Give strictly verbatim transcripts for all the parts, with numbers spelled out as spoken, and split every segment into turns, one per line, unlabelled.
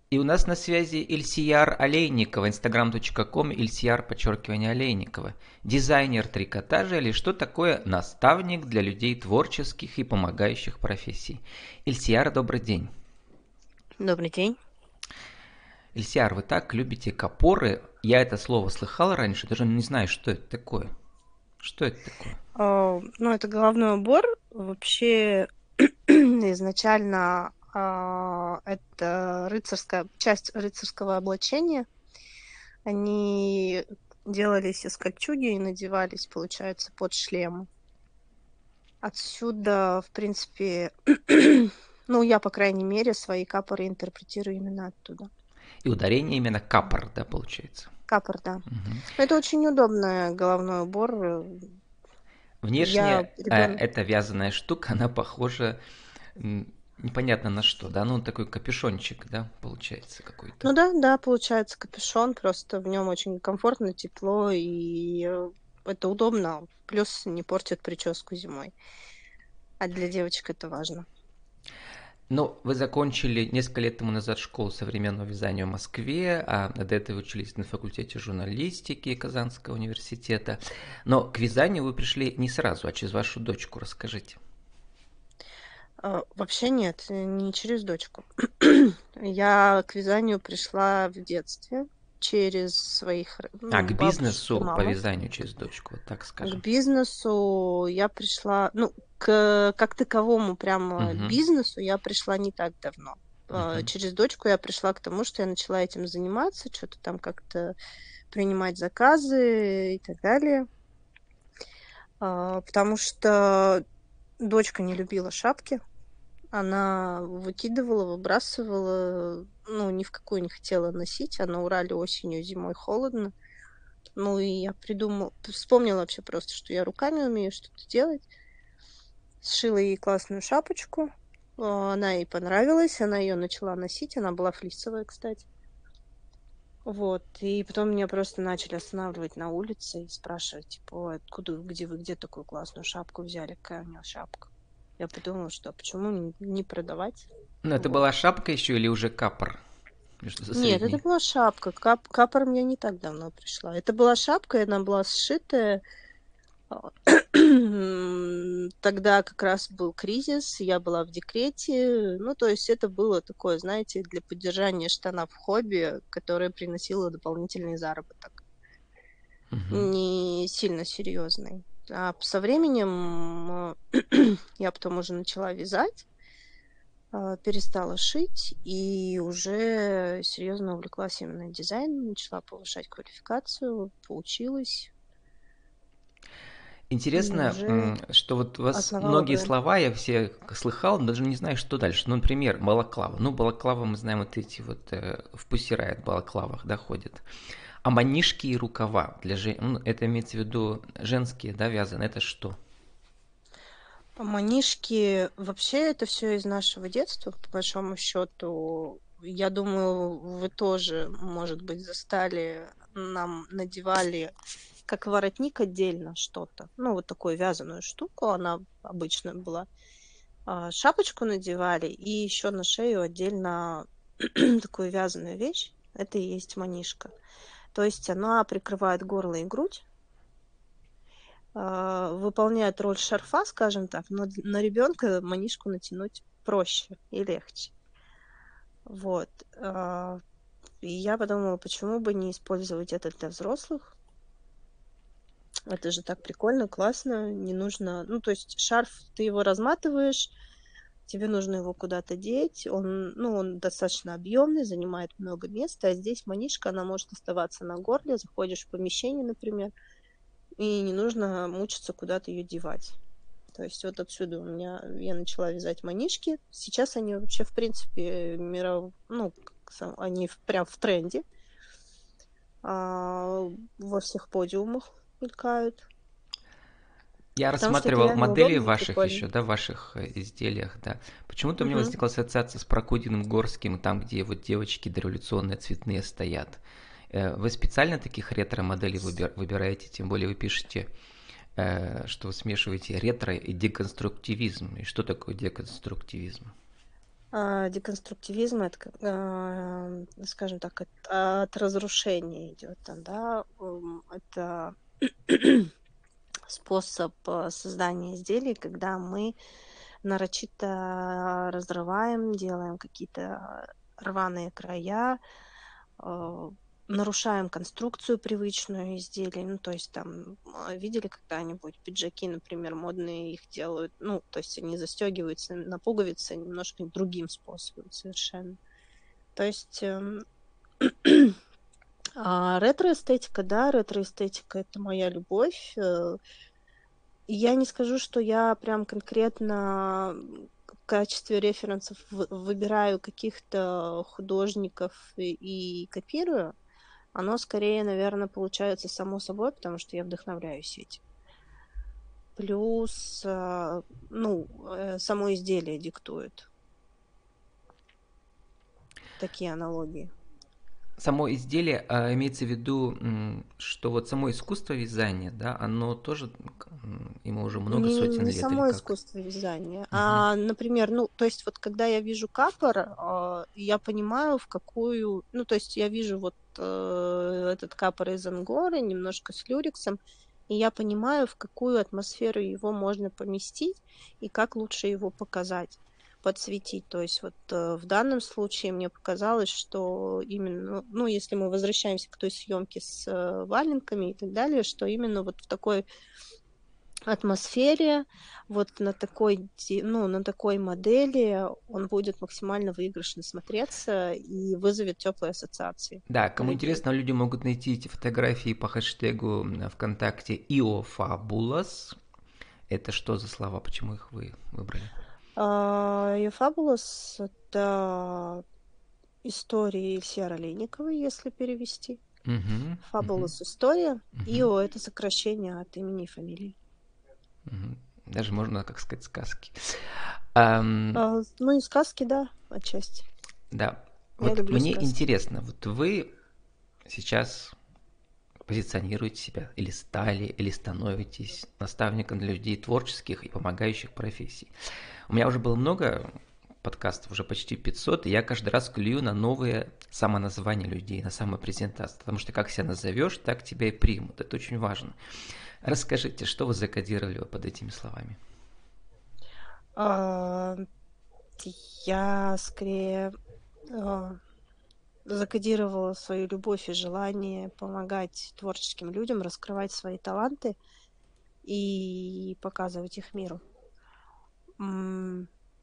И у нас на связи Ильсияр Олейникова, инстаграм точка ком, Ильсияр, подчеркивание, Олейникова. Дизайнер трикотажа или что такое наставник для людей творческих и помогающих профессий. Ильсияр, добрый день.
Добрый день.
Ильсияр, вы так любите капоры. Я это слово слыхал раньше, даже не знаю, что это такое. Что это такое?
А, Ну, это головной убор. Вообще, изначально а, это рыцарская часть рыцарского облачения. Они делались из кольчуги и надевались, получается, под шлем. Отсюда, в принципе, ну, я, по крайней мере, свои капоры интерпретирую именно оттуда.
И ударение именно капор, да, получается.
Капор, да.
Мгм.
Но это очень удобный головной убор. Я
Внешне э,
ребенок.
эта вязаная штука, она похожа м, непонятно на что, да, ну такой капюшончик, да, получается какой-то.
Ну да, да, получается капюшон, просто в нем очень комфортно, тепло, и э, это удобно. Плюс не портит прическу зимой. А для девочек это важно.
Ну, вы закончили несколько лет тому назад школу современного вязания в Москве, а до этого вы учились на факультете журналистики Казанского университета. Но к вязанию вы пришли не сразу, а через вашу дочку. Расскажите.
А, Вообще нет, э, не через дочку. Я к вязанию пришла в детстве через своих р-
А,
ну,
к
бабушек и
бизнесу по
маму.
вязанию через дочку, вот так
К
скажем.
бизнесу я пришла, ну, к как таковому прямо
Угу,
бизнесу я пришла не так давно. Э,
угу.
Через дочку я пришла к тому, что я начала этим заниматься, что-то там как-то принимать заказы и так далее. А, Потому что дочка не любила шапки. Она выкидывала, выбрасывала, ну, ни в какую не хотела носить. А на Урале осенью, зимой холодно. Ну, и я придумала, вспомнила вообще просто, что я руками умею что-то делать. Сшила ей классную шапочку. А, Она ей понравилась, она ее начала носить. Она была флисовая, кстати. Вот. И потом меня просто начали останавливать на улице и спрашивать, типа, «Ой, откуда, где вы, где такую классную шапку взяли? Какая у нее шапка?» Я подумала, что почему не не продавать?
Ну, это
Вот.
была шапка еще или уже капор? Между
Нет, это
средний.
была шапка. Кап капор мне не так давно пришла. Это была шапка, и она была сшитая. А, Тогда как раз был кризис, я была в декрете. Ну, то есть это было такое, знаете, для поддержания штана в хобби, которое приносило дополнительный заработок.
Угу.
Не сильно серьезный. А со временем э, я потом уже начала вязать, а, перестала шить и уже серьезно увлеклась именно дизайном, начала повышать квалификацию, поучилась и уже
Интересно, что вот у вас
основала
многие
бренд.
слова я все слыхал, но даже не знаю, что дальше. Ну, например, балаклава. Ну, балаклава, мы знаем, вот эти вот э, в Pussy Riot балаклавах, да, ходят. А манишки и рукава для жен... ну, это имеется в виду женские, да, вязаные. Это что?
Манишки, вообще это все из нашего детства, по большому счету. Я думаю, вы тоже, может быть, застали, нам надевали как воротник отдельно что-то. Ну, вот такую вязаную штуку, она обычная была. А, Шапочку надевали, и еще на шею отдельно такую вязаную вещь. Это и есть манишка. То есть она прикрывает горло и грудь, а, выполняет роль шарфа, скажем так, но д- на ребенка манишку натянуть проще и легче. Вот. а, И я подумала, почему бы не использовать это для взрослых? Это же так прикольно, классно, не нужно... Ну, то есть шарф, ты его разматываешь, тебе нужно его куда-то деть, он, ну, он достаточно объемный, занимает много места, а здесь манишка, она может оставаться на горле, заходишь в помещение, например, и не нужно мучиться куда-то ее девать. То есть вот отсюда у меня я начала вязать манишки. Сейчас они вообще, в принципе, миров... ну, как сам- они в- прям в тренде. А, Во всех подиумах мелькают.
Я
Потому что это
рассматривал
реально
модели
удобно и
ваших
прикольно.
еще, да, в ваших э, изделиях, да. Почему-то у меня
Мгм.
возникла ассоциация с Прокудиным Горским, там, где вот девочки дореволюционные цветные стоят. Э, Вы специально таких ретро-моделей выбир- выбираете, тем более вы пишете, э, что вы смешиваете ретро и деконструктивизм. И что такое деконструктивизм?
А, деконструктивизм это, как, а, скажем так, от, от разрушения идет, да, ум, это способ э, создания изделий, когда мы нарочито разрываем, делаем какие-то рваные края, э, нарушаем конструкцию привычную изделий. Ну, то есть там а, видели когда-нибудь пиджаки, например, модные их делают, ну, то есть они застегиваются на пуговицы немножко другим способом совершенно. То есть эм, а ретро-эстетика, да, ретро-эстетика — это моя любовь. Э, Я не скажу, что я прям конкретно м, в качестве референсов вы- выбираю каких-то художников и, и копирую. Оно скорее, наверное, получается само собой, потому что я вдохновляюсь этим. Плюс, а, ну, э, само изделие диктует такие аналогии.
Само изделие, а, имеется в виду, м, что вот само искусство вязания, да, оно тоже, м, ему уже много
Не,
сотен
не
лет или
само
как?
искусство вязания,
Мгм.
а, например, ну, то есть вот когда я вижу капор, а, я понимаю, в какую, ну, то есть я вижу вот э, этот капор из ангоры, немножко с люрексом, и я понимаю, в какую атмосферу его можно поместить и как лучше его показать, подсветить. То есть вот э, в данном случае мне показалось, что именно, ну, если мы возвращаемся к той съемке с э, валенками и так далее, что именно вот в такой атмосфере, вот на такой, ди- ну, на такой модели он будет максимально выигрышно смотреться и вызовет теплые ассоциации
Да,
у
кому
людей.
интересно, люди могут найти эти фотографии по хэштегу м, ВКонтакте iofabulas. Это что за слова? Почему их вы выбрали?
А, Eufabulos — это истории Ильсера Олейникова, если перевести.
Мгм, мгм,
Fabulous — история.
мгм,
Ио — это сокращение от имени и фамилии.
мгм. Даже можно, как сказать, сказки. Ам,
А, ну и сказки, да, отчасти.
да,
Я
вот
люблю
мне
сказки.
интересно, вот вы сейчас позиционируете себя или стали, или становитесь наставником для людей творческих и помогающих профессий. У меня уже было много подкастов, уже почти пятьсот, и я каждый раз клюю на новые самоназвания людей, на самопрезентацию, потому что как себя назовешь, так тебя и примут. Это очень важно. Расскажите, что вы закодировали под этими словами?
А, я скорее а, закодировала свою любовь и желание помогать творческим людям раскрывать свои таланты и показывать их миру. М,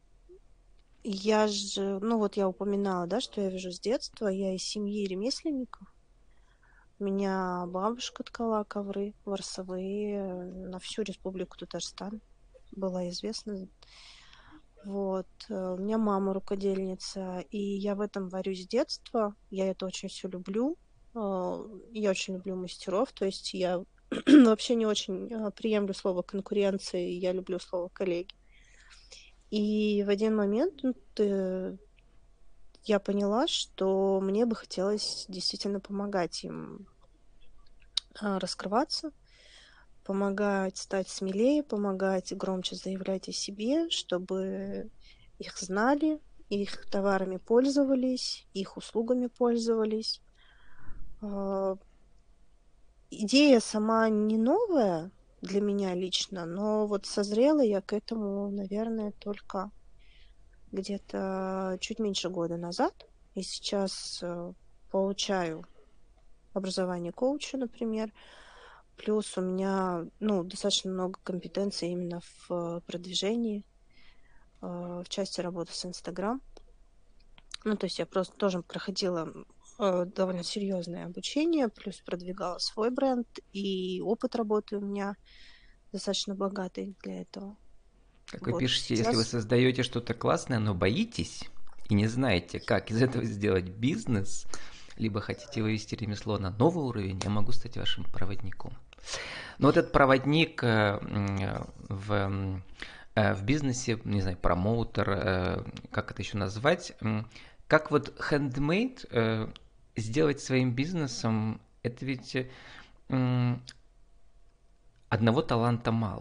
Я же, ну вот я упоминала, да, что я вижу с детства, я из семьи ремесленников. У меня бабушка ткала ковры ворсовые на всю республику Татарстан, была известна. Вот. э, У меня мама рукодельница, и я в этом варю с детства. Я это очень все люблю. А, Я очень люблю мастеров, то есть я вообще не очень а, приемлю слово конкуренции, я люблю слово коллеги. И в один момент ну, ты- я поняла, что мне бы хотелось действительно помогать им а, раскрываться, помогать стать смелее, помогать громче заявлять о себе, чтобы их знали, их товарами пользовались, их услугами пользовались. А, Идея сама не новая для меня лично, но вот созрела я к этому, наверное, только где-то чуть меньше года назад. И сейчас э, получаю образование коуча, например. Плюс у меня, ну, достаточно много компетенций именно в э, продвижении, э, в части работы с Инстаграм. Ну, то есть я просто тоже проходила э, довольно серьезное обучение, плюс продвигала свой бренд, и опыт работы у меня достаточно богатый для этого.
Как вы
Вот
пишете, если вы
сейчас
создаете что-то классное, но боитесь и не знаете, как из этого сделать бизнес, либо хотите вывести ремесло на новый уровень, я могу стать вашим проводником. Но вот этот проводник э, в, э, в бизнесе, не знаю, промоутер, э, как это еще назвать, как вот handmade э, сделать своим бизнесом, это ведь одного таланта мало.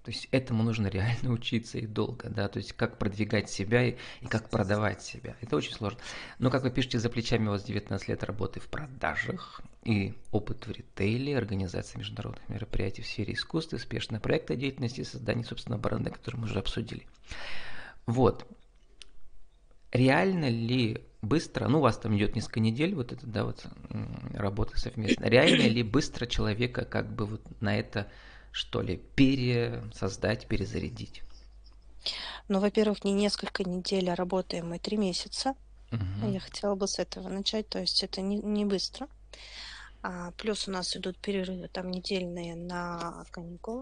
То есть этому нужно реально учиться и долго, да, то есть как продвигать себя и, и как продавать себя. Это очень сложно. Но, как вы пишете, за плечами у вас девятнадцать лет работы в продажах и опыт в ритейле, организация международных мероприятий в сфере искусства, успешная проектная деятельность и создание собственного бренда, который мы уже обсудили. Вот. Реально ли быстро, ну, у вас там идет несколько недель, вот это, да, вот работа совместно, реально ли быстро человека как бы вот на это, что ли, пересоздать, перезарядить?
Ну, во-первых, не несколько недель, а работаем мы три месяца.
Угу.
Я хотела бы с этого начать, то есть это не, не быстро. А, плюс у нас идут перерывы там недельные на каникулы.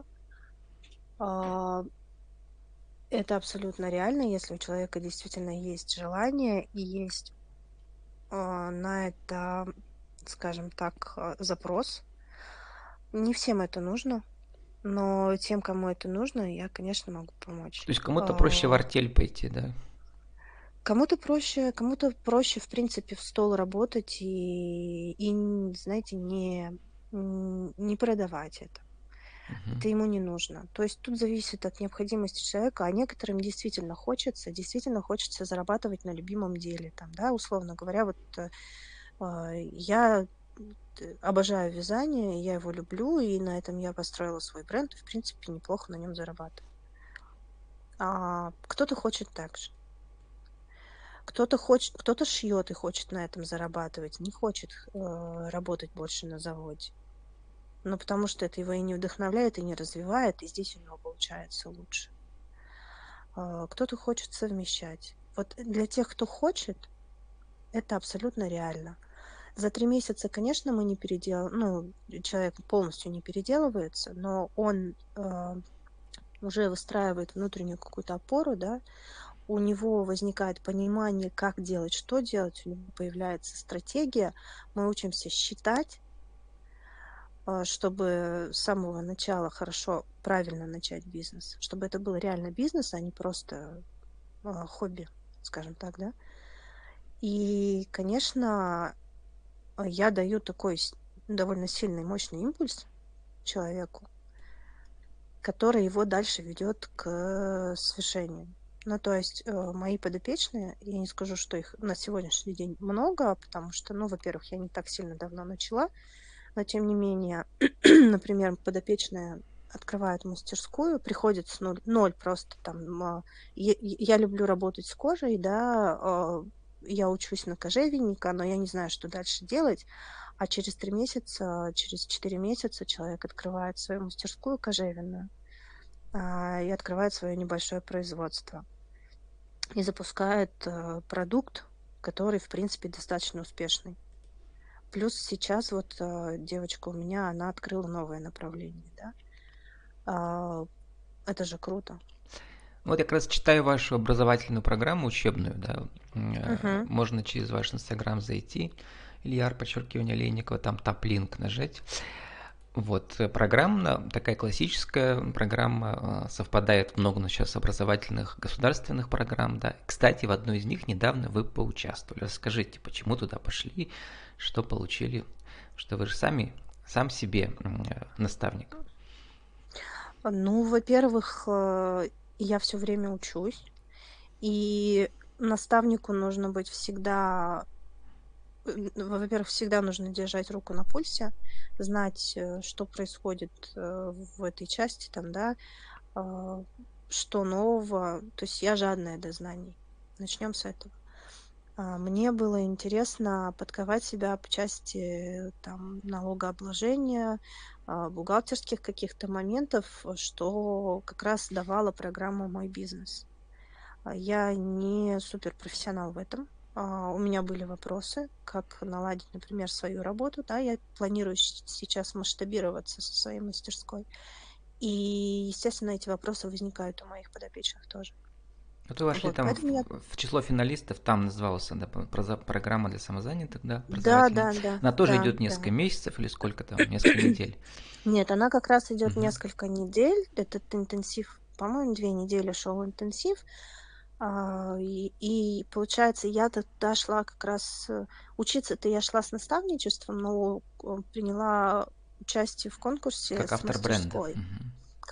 А, это абсолютно реально, если у человека действительно есть желание и есть а, на это, скажем так, а, запрос. Не всем это нужно, но тем, кому это нужно, я, конечно, могу помочь.
То есть кому-то проще в
А,
артель пойти, да?
Кому-то проще, кому-то проще, в принципе, в стол работать и, и н- знаете, не, м, не продавать это.
Угу.
Это ему не нужно. То есть тут зависит от необходимости человека, а некоторым действительно хочется, действительно хочется зарабатывать на любимом деле. Там, да, условно говоря, вот э, а, я т- обожаю вязание, я его люблю, и на этом я построила свой бренд, и, в принципе, неплохо на нем зарабатываю. А кто-то хочет так же. Кто-то хочет, кто-то шьет и хочет на этом зарабатывать, не хочет э, работать больше на заводе. Ну, потому что это его и не вдохновляет, и не развивает, и здесь у него получается лучше. А, кто-то хочет совмещать. Вот для тех, кто хочет, это абсолютно реально. За три месяца, конечно, мы не переделаем, ну, человек полностью не переделывается, но он э, уже выстраивает внутреннюю какую-то опору, да, у него возникает понимание, как делать, что делать, у него появляется стратегия, мы учимся считать, а, чтобы с самого начала хорошо, правильно начать бизнес, чтобы это был реально бизнес, а не просто а, хобби, скажем так, да. И, конечно, а, я даю такой с- довольно сильный, мощный импульс человеку, который его дальше ведет к свершению. Ну, то есть э, мои подопечные, я не скажу, что их на сегодняшний день много, потому что, ну, во-первых, я не так сильно давно начала, но тем не менее, например, подопечные открывают мастерскую, приходят с нуль, ноль просто там. а, Я, я люблю работать с кожей, да, а, я учусь на кожевенника, но я не знаю, что дальше делать. А через три месяца, через четыре месяца человек открывает свою мастерскую кожевенную а, и открывает свое небольшое производство и запускает э, продукт, который, в принципе, достаточно успешный. Плюс сейчас вот э, девочка у меня, она открыла новое направление, да. А, это же круто.
Вот я как раз читаю вашу образовательную программу учебную, да, э,
Мгм.
можно через ваш инстаграм зайти, Ильяр, подчеркивание Олейникова, там топ-линк нажать. Вот, э, программа, такая классическая программа, э, совпадает много у нас сейчас образовательных государственных программ, да. Кстати, в одной из них недавно вы поучаствовали. Расскажите, почему туда пошли, что получили, что вы же сами, сам себе э, наставник.
Ну, во-первых, э, я все время учусь, и наставнику нужно быть всегда, э, н- во-первых, всегда нужно держать руку на пульсе, знать, э, что происходит э, в этой части, там, да, а, что нового. То есть я жадная до знаний. Начнем с этого. А, Мне было интересно подковать себя по части там, налогообложения, а, бухгалтерских каких-то моментов, э, что как раз давала программа «Мой бизнес». А, Я не суперпрофессионал в этом. А, У меня были вопросы, как наладить, например, свою работу. Да, я планирую щ- сейчас масштабироваться со своей мастерской. И, естественно, эти вопросы возникают у моих подопечных тоже.
Вот вы вошли
Вот,
там
поэтому я...
в, в число финалистов, там назывался, да, про- программа для самозанятых, да,
Да,
образовательная.
да, да,
Она тоже
да,
идет
да.
несколько месяцев или сколько там, несколько недель.
Нет, она как раз идет
Мгм.
несколько недель. Этот интенсив, по-моему, две недели шел интенсив. А, и, и получается, я туда шла как раз... э, Учиться-то я шла с наставничеством, но э, приняла участие в конкурсе
Как
с
автор бренда.
мастерской.
Мгм.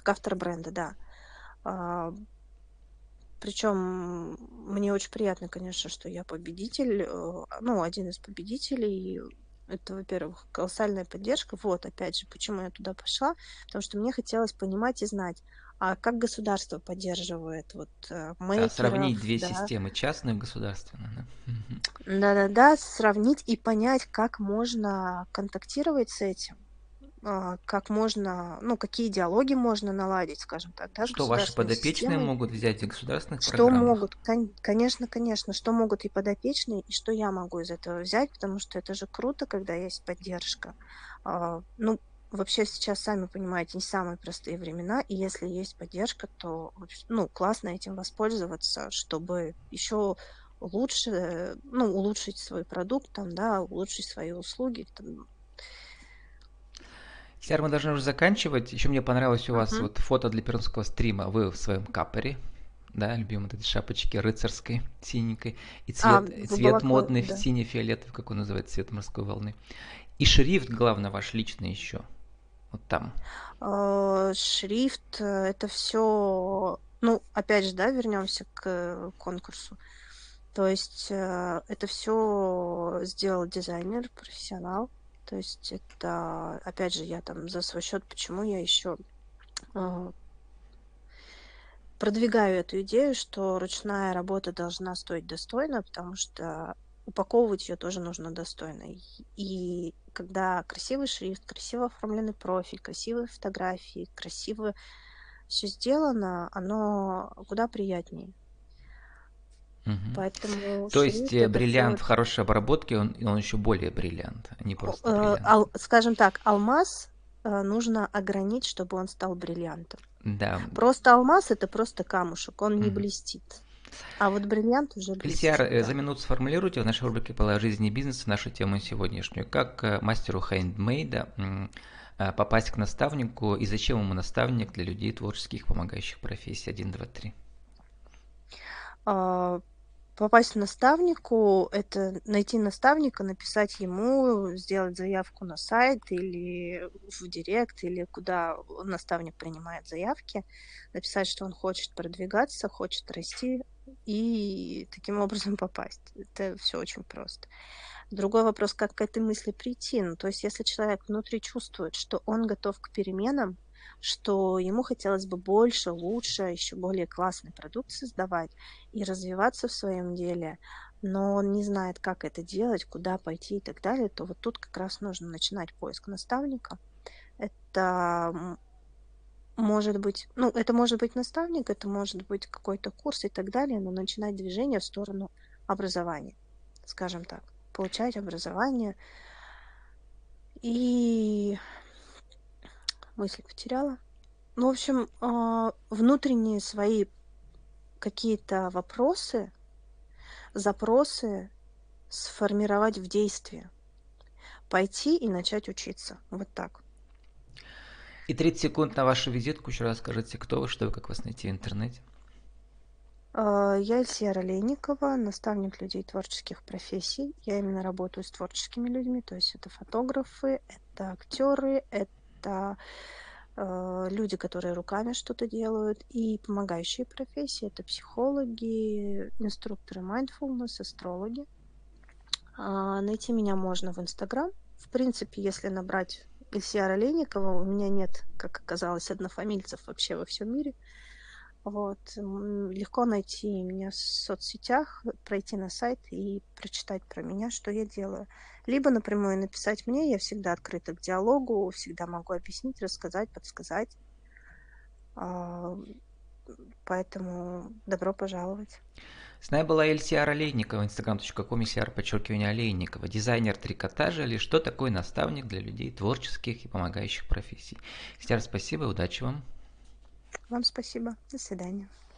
как автор бренда, да. А, Причем мне очень приятно, конечно, что я победитель, э, ну, один из победителей. Это, во-первых, колоссальная поддержка. Вот, опять же, почему я туда пошла, потому что мне хотелось понимать и знать, а как государство поддерживает вот э,
Да,
мейкеров,
сравнить две
да,
системы, частную и государственную. Да? Мгм.
да-да-да, сравнить и понять, как можно контактировать с этим, а, как можно, ну, какие диалоги можно наладить, скажем так, да, с
Что ваши
государственной
подопечные
системой.
могут взять в государственных
Что
программах?
могут, кон конечно, конечно, что могут и подопечные, и что я могу из этого взять, потому что это же круто, когда есть поддержка. А, ну, вообще сейчас, сами понимаете, не самые простые времена, и если есть поддержка, то, вообщ ну, классно этим воспользоваться, чтобы еще лучше, э, ну, улучшить свой продукт, там, да, улучшить свои услуги, там.
Сейчас мы должны уже заканчивать. Еще мне понравилось у вас
Мгм.
вот фото для пермского стрима. Вы в своем капоре, да, любимой этой шапочке рыцарской, синенькой. И
А,
цвет,
в
цвет
Балаклаве,
модный,
да.
синий-фиолетовый, как он называется, цвет морской волны. И шрифт, главное, ваш личный еще. Вот там.
А, шрифт, э, это все, ну, опять же, да, вернемся к конкурсу. То есть, э, это все сделал дизайнер, профессионал. То есть это, опять же, я там за свой счет, почему я еще а, продвигаю эту идею, что ручная работа должна стоить достойно, потому что упаковывать ее тоже нужно достойно. И и когда красивый шрифт, красиво оформленный профиль, красивые фотографии, красиво все сделано, оно куда приятнее.
Мгм.
Поэтому
То есть
шрифт —
э,
это все
бриллиант в
очень.
хорошей обработке, он, он еще более бриллиант, а не
О,
просто
э,
бриллиант.
ал скажем так, алмаз, э, нужно огранить, чтобы он стал бриллиантом.
Да.
Просто алмаз — это просто камушек, он не
Мгм.
блестит. А вот бриллиант уже
Ильсиар,
блестит,
э, за
да.
минуту сформулируйте в нашей рубрике «Пола жизни и бизнеса» нашу тему сегодняшнюю. Как э, мастеру хендмейда м, э, попасть к наставнику и зачем ему наставник для людей творческих, помогающих профессий? Один, два, три.
А, Попасть к наставнику — это найти наставника, написать ему, сделать заявку на сайт или в директ, или куда наставник принимает заявки, написать, что он хочет продвигаться, хочет расти и таким образом попасть. Это все очень просто. Другой вопрос, как к этой мысли прийти. Ну, то есть если человек внутри чувствует, что он готов к переменам, что ему хотелось бы больше, лучше, еще более классный продукт создавать и развиваться в своем деле, но он не знает, как это делать, куда пойти и так далее, то вот тут как раз нужно начинать поиск наставника. Это м, может быть, ну, это может быть наставник, это может быть какой-то курс и так далее, но начинать движение в сторону образования, скажем так. Получать образование. И мысль потеряла. Ну, в общем, а, внутренние свои какие-то вопросы, запросы сформировать в действии. Пойти и начать учиться. Вот так.
И тридцать секунд на вашу визитку. Еще раз скажите, кто вы, что вы, как вас найти в интернете.
А, Я Эльсия Олейникова, наставник людей творческих профессий. Я именно работаю с творческими людьми, то есть это фотографы, это актеры, это э, люди, которые руками что-то делают, и помогающие профессии — это психологи, инструкторы mindfulness, астрологи. А, Найти меня можно в Инстаграм. В принципе, если набрать Ильсиара Олейникова, у меня нет, как оказалось, однофамильцев вообще во всем мире. Вот. м, Легко найти меня в соцсетях, пройти на сайт и прочитать про меня, что я делаю. Либо напрямую написать мне, я всегда открыта к диалогу, всегда могу объяснить, рассказать, подсказать. А, Поэтому добро пожаловать.
С нами была Эльсиар Олейникова, инстаграм точка ком, Эльсиар, подчеркивание Олейникова, дизайнер трикотажа или что такое наставник для людей творческих и помогающих профессий. Эльсиар, спасибо, удачи вам.
Вам спасибо. До свидания.